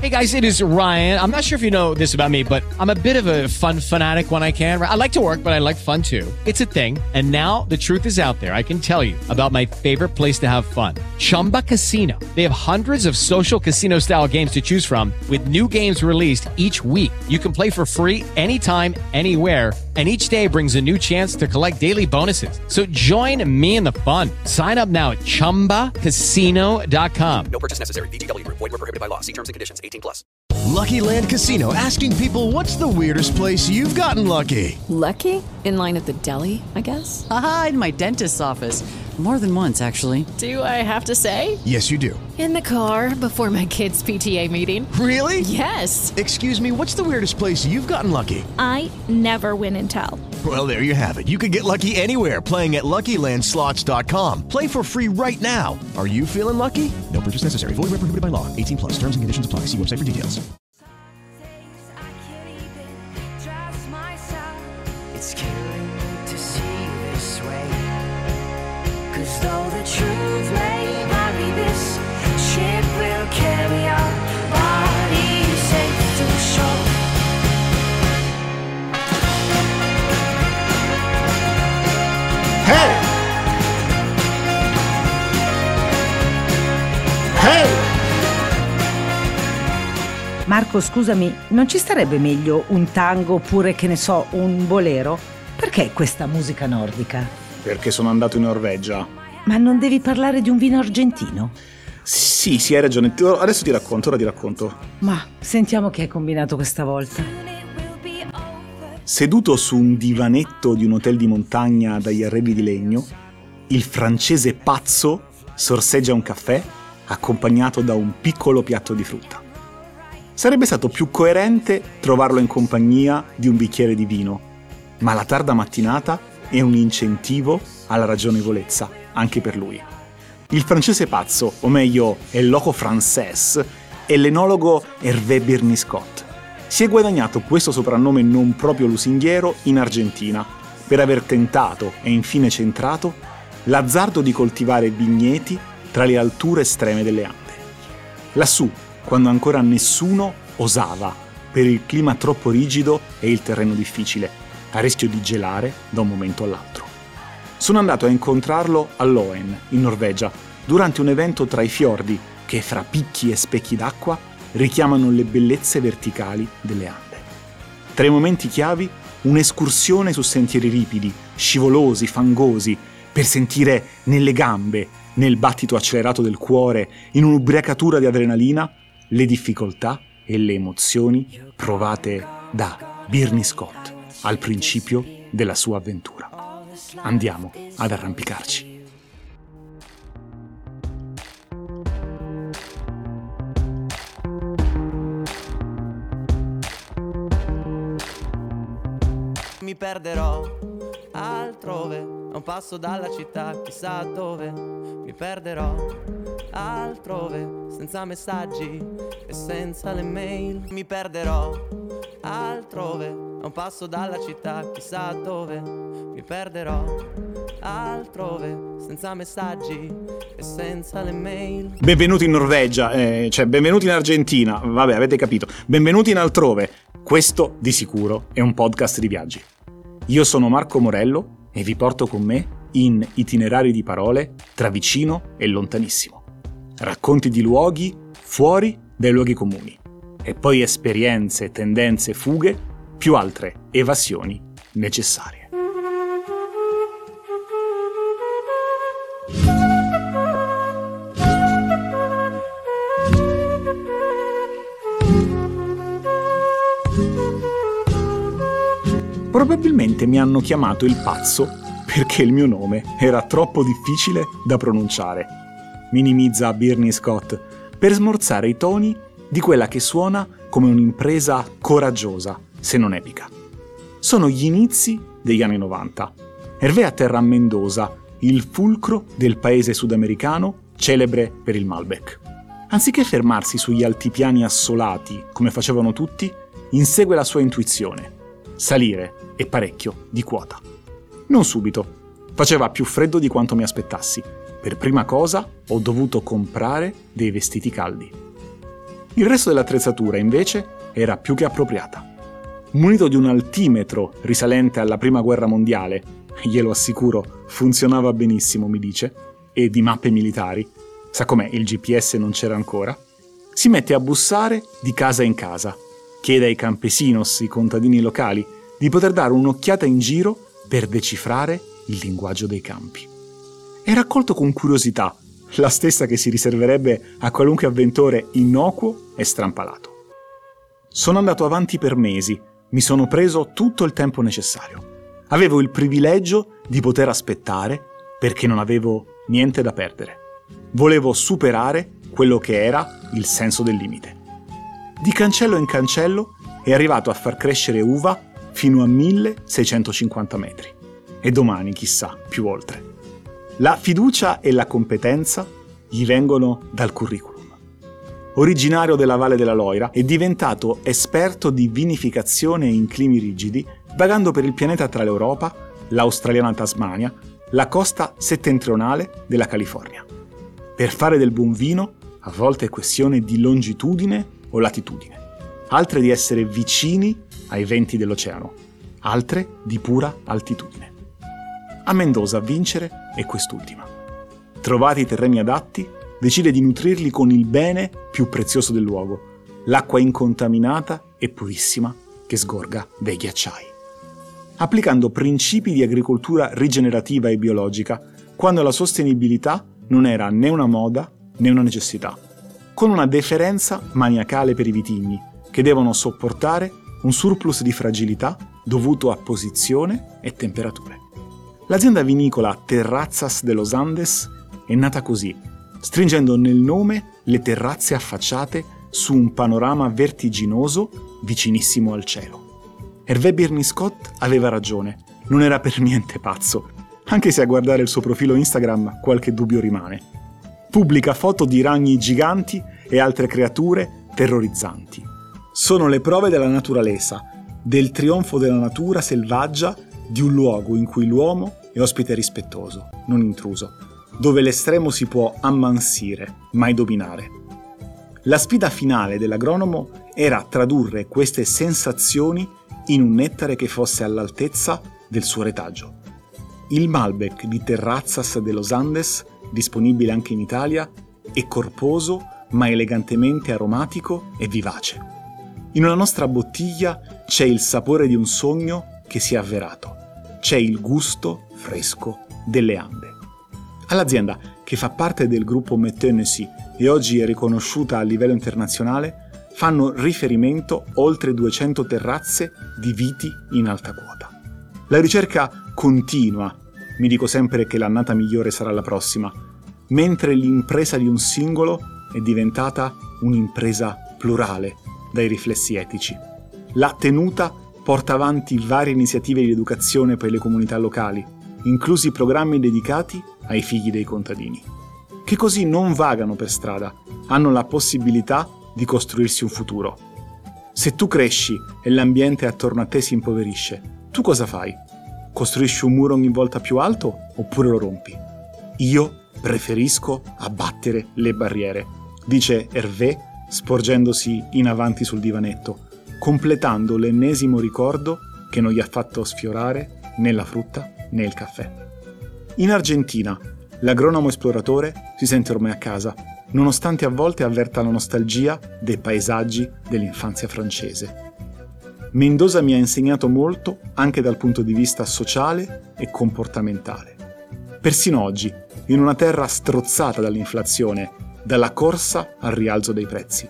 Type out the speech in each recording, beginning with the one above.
Hey guys, it is Ryan. I'm not sure if you know this about me, but I'm a bit of a fun fanatic when I can. I like to work, but I like fun too. It's a thing. And now the truth is out there. I can tell you about my favorite place to have fun. Chumba Casino. They have hundreds of social casino style games to choose from with new games released each week. You can play for free anytime, anywhere. And each day brings a new chance to collect daily bonuses. So join me in the fun. Sign up now at ChumbaCasino.com. No purchase necessary. VGW Group. Void where prohibited by law. See terms and conditions. 18+. Lucky Land Casino, asking people, what's the weirdest place you've gotten lucky? Lucky? In line at the deli, I guess? Aha, in my dentist's office. More than once, actually. Do I have to say? Yes, you do. In the car before my kids' PTA meeting. Really? Yes. Excuse me, what's the weirdest place you've gotten lucky? I never win and tell. Well, there you have it. You can get lucky anywhere, playing at LuckyLandSlots.com. Play for free right now. Are you feeling lucky? No purchase necessary. Void where prohibited by law. 18+. Terms and conditions apply. See website for details. It's killing me to see you this way. 'Cause though the truth may vary, this ship will carry our bodies safe to shore. Hey! Hey! Marco, scusami, non ci starebbe meglio un tango oppure, che ne so, un bolero? Perché questa musica nordica? Perché sono andato in Norvegia. Ma non devi parlare di un vino argentino? Sì, hai ragione. Adesso ti racconto. Ma sentiamo che hai combinato questa volta. Seduto su un divanetto di un hotel di montagna dagli arredi di legno, il francese pazzo sorseggia un caffè accompagnato da un piccolo piatto di frutta. Sarebbe stato più coerente trovarlo in compagnia di un bicchiere di vino, ma la tarda mattinata è un incentivo alla ragionevolezza anche per lui. Il francese pazzo, o meglio, il loco français, è l'enologo Hervé Birny-Scott. Si è guadagnato questo soprannome non proprio lusinghiero in Argentina per aver tentato e infine centrato l'azzardo di coltivare vigneti tra le alture estreme delle Ande. Lassù, quando ancora nessuno osava, per il clima troppo rigido e il terreno difficile, a rischio di gelare da un momento all'altro. Sono andato a incontrarlo a Loen, in Norvegia, durante un evento tra i fiordi che, fra picchi e specchi d'acqua, richiamano le bellezze verticali delle Ande. Tra i momenti chiavi, un'escursione su sentieri ripidi, scivolosi, fangosi, per sentire nelle gambe, nel battito accelerato del cuore, in un'ubriacatura di adrenalina, le difficoltà e le emozioni provate da Birny-Scott al principio della sua avventura. Andiamo ad arrampicarci. Mi perderò altrove, a un passo dalla città, chissà dove. Mi perderò altrove, senza messaggi e senza le mail. Mi perderò altrove, a un passo dalla città, chissà dove. Mi perderò altrove, senza messaggi e senza le mail. Benvenuti in Norvegia, benvenuti in Argentina, vabbè, avete capito. Benvenuti in altrove. Questo, di sicuro, è un podcast di viaggi. Io sono Marco Morello e vi porto con me in itinerari di parole tra vicino e lontanissimo. Racconti di luoghi fuori dai luoghi comuni. E poi esperienze, tendenze, fughe, più altre evasioni necessarie. Probabilmente mi hanno chiamato il pazzo perché il mio nome era troppo difficile da pronunciare. Minimizza Birny-Scott per smorzare i toni di quella che suona come un'impresa coraggiosa, se non epica. Sono gli inizi degli anni 90. Hervé atterra a Mendoza, il fulcro del paese sudamericano celebre per il Malbec. Anziché fermarsi sugli altipiani assolati, come facevano tutti, insegue la sua intuizione: salire, e parecchio, di quota. Non subito. Faceva più freddo di quanto mi aspettassi. Per prima cosa ho dovuto comprare dei vestiti caldi. Il resto dell'attrezzatura, invece, era più che appropriata. Munito di un altimetro risalente alla Prima Guerra Mondiale, glielo assicuro, funzionava benissimo, mi dice, e di mappe militari, sa com'è, il GPS non c'era ancora, si mette a bussare di casa in casa, chiede ai campesinos, i contadini locali, di poter dare un'occhiata in giro per decifrare il linguaggio dei campi. Era accolto con curiosità, la stessa che si riserverebbe a qualunque avventore innocuo e strampalato. Sono andato avanti per mesi, mi sono preso tutto il tempo necessario. Avevo il privilegio di poter aspettare perché non avevo niente da perdere. Volevo superare quello che era il senso del limite. Di cancello in cancello è arrivato a far crescere uva fino a 1650 metri. E domani, chissà, più oltre. La fiducia e la competenza gli vengono dal curriculum. Originario della Valle della Loira, è diventato esperto di vinificazione in climi rigidi, vagando per il pianeta tra l'Europa, l'australiana Tasmania, la costa settentrionale della California. Per fare del buon vino, a volte è questione di longitudine o latitudine, altre di essere vicini ai venti dell'oceano, altre di pura altitudine. A Mendoza a vincere è quest'ultima. Trovati i terreni adatti, decide di nutrirli con il bene più prezioso del luogo, l'acqua incontaminata e purissima che sgorga dai ghiacciai. Applicando principi di agricoltura rigenerativa e biologica, quando la sostenibilità non era né una moda né una necessità, con una deferenza maniacale per i vitigni, che devono sopportare un surplus di fragilità dovuto a posizione e temperature. L'azienda vinicola Terrazas de los Andes è nata così, stringendo nel nome le terrazze affacciate su un panorama vertiginoso vicinissimo al cielo. Hervé Birney Scott aveva ragione, non era per niente pazzo, anche se a guardare il suo profilo Instagram qualche dubbio rimane. Pubblica foto di ragni giganti e altre creature terrorizzanti. Sono le prove della naturalezza, del trionfo della natura selvaggia, di un luogo in cui l'uomo è ospite rispettoso, non intruso, dove l'estremo si può ammansire, mai dominare. La sfida finale dell'agronomo era tradurre queste sensazioni in un nettare che fosse all'altezza del suo retaggio. Il Malbec di Terrazas de los Andes, disponibile anche in Italia, è corposo ma elegantemente aromatico e vivace. In una nostra bottiglia c'è il sapore di un sogno che si è avverato. C'è il gusto fresco delle Ande. All'azienda, che fa parte del gruppo Métennessy e oggi è riconosciuta a livello internazionale, fanno riferimento oltre 200 terrazze di viti in alta quota. La ricerca continua, mi dico sempre che l'annata migliore sarà la prossima, mentre l'impresa di un singolo è diventata un'impresa plurale dai riflessi etici. La tenuta porta avanti varie iniziative di educazione per le comunità locali, inclusi programmi dedicati ai figli dei contadini, che così non vagano per strada, hanno la possibilità di costruirsi un futuro. Se tu cresci e l'ambiente attorno a te si impoverisce, tu cosa fai? Costruisci un muro ogni volta più alto oppure lo rompi? Io preferisco abbattere le barriere, dice Hervé sporgendosi in avanti sul divanetto, completando l'ennesimo ricordo che non gli ha fatto sfiorare né la frutta né il caffè. In Argentina, l'agronomo esploratore si sente ormai a casa, nonostante a volte avverta la nostalgia dei paesaggi dell'infanzia francese. Mendoza mi ha insegnato molto anche dal punto di vista sociale e comportamentale. Persino oggi, in una terra strozzata dall'inflazione, dalla corsa al rialzo dei prezzi.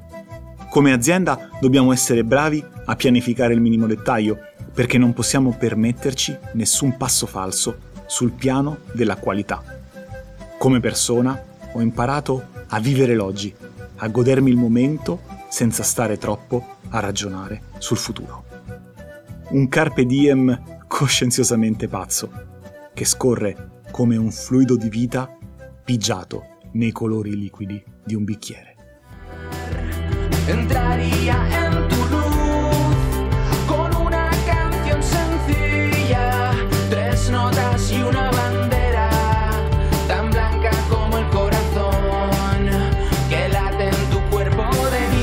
Come azienda dobbiamo essere bravi a pianificare il minimo dettaglio, perché non possiamo permetterci nessun passo falso sul piano della qualità. Come persona ho imparato a vivere l'oggi, a godermi il momento senza stare troppo a ragionare sul futuro. Un carpe diem coscienziosamente pazzo, che scorre come un fluido di vita pigiato nei colori liquidi di un bicchiere. Entraría en tu luz con una canción sencilla, 3 notas y una bandera tan blanca como el corazón que late en tu cuerpo de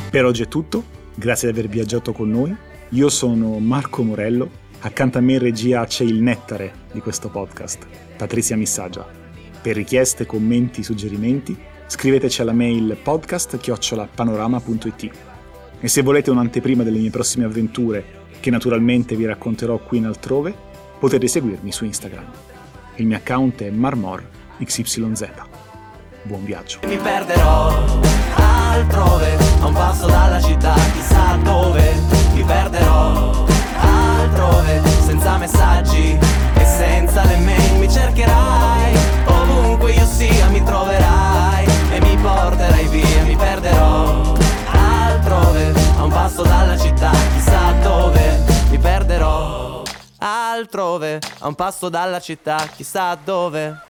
Per oggi è tutto, grazie di aver viaggiato con noi. Io sono Marco Morello, accanto a me in regia c'è il nettare di questo podcast, Patrizia Missaggia. Per richieste, commenti, suggerimenti, scriveteci alla mail podcast@panorama.it. E se volete un'anteprima delle mie prossime avventure, che naturalmente vi racconterò qui in altrove, potete seguirmi su Instagram. Il mio account è marmorxyz. Buon viaggio. Mi perderò altrove, a un passo dalla città, chissà dove. Mi perderò altrove, senza messaggi e senza le mail. Mi cercherai, ovunque io sia mi troverai e mi porterai via. Mi perderò altrove, a un passo dalla città, chissà dove. Mi perderò altrove, a un passo dalla città, chissà dove.